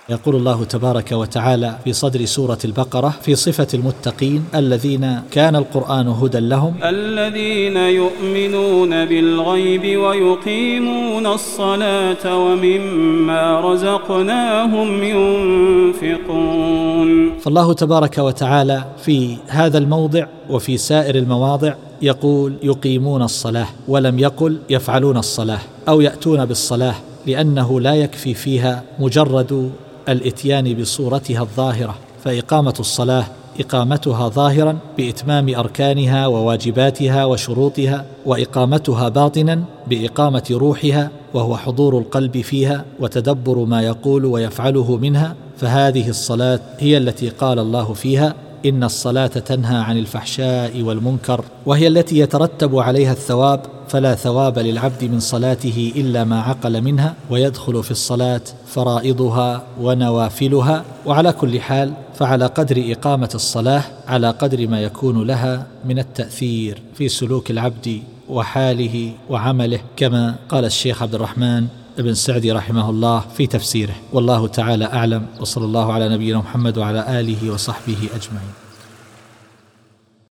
يقول الله تبارك وتعالى في صدر سورة البقرة في صفة المتقين الذين كان القرآن هدى لهم: الذين يؤمنون بالغيب ويقيمون الصلاة ومما رزقناهم ينفقون. فالله تبارك وتعالى في هذا الموضع وفي سائر المواضع يقول يقيمون الصلاة، ولم يقل يفعلون الصلاة أو يأتون بالصلاة، لأنه لا يكفي فيها مجرد الإتيان بصورتها الظاهرة، فإقامة الصلاة إقامتها ظاهرا بإتمام أركانها وواجباتها وشروطها، وإقامتها باطنا بإقامة روحها وهو حضور القلب فيها وتدبر ما يقول ويفعله منها. فهذه الصلاة هي التي قال الله فيها: إن الصلاة تنهى عن الفحشاء والمنكر، وهي التي يترتب عليها الثواب، فلا ثواب للعبد من صلاته إلا ما عقل منها، ويدخل في الصلاة فرائضها ونوافلها. وعلى كل حال فعلى قدر إقامة الصلاة على قدر ما يكون لها من التأثير في سلوك العبد وحاله وعمله، كما قال الشيخ عبد الرحمن ابن سعدي رحمه الله في تفسيره. والله تعالى أعلم، وصلى الله على نبينا محمد وعلى آله وصحبه أجمعين.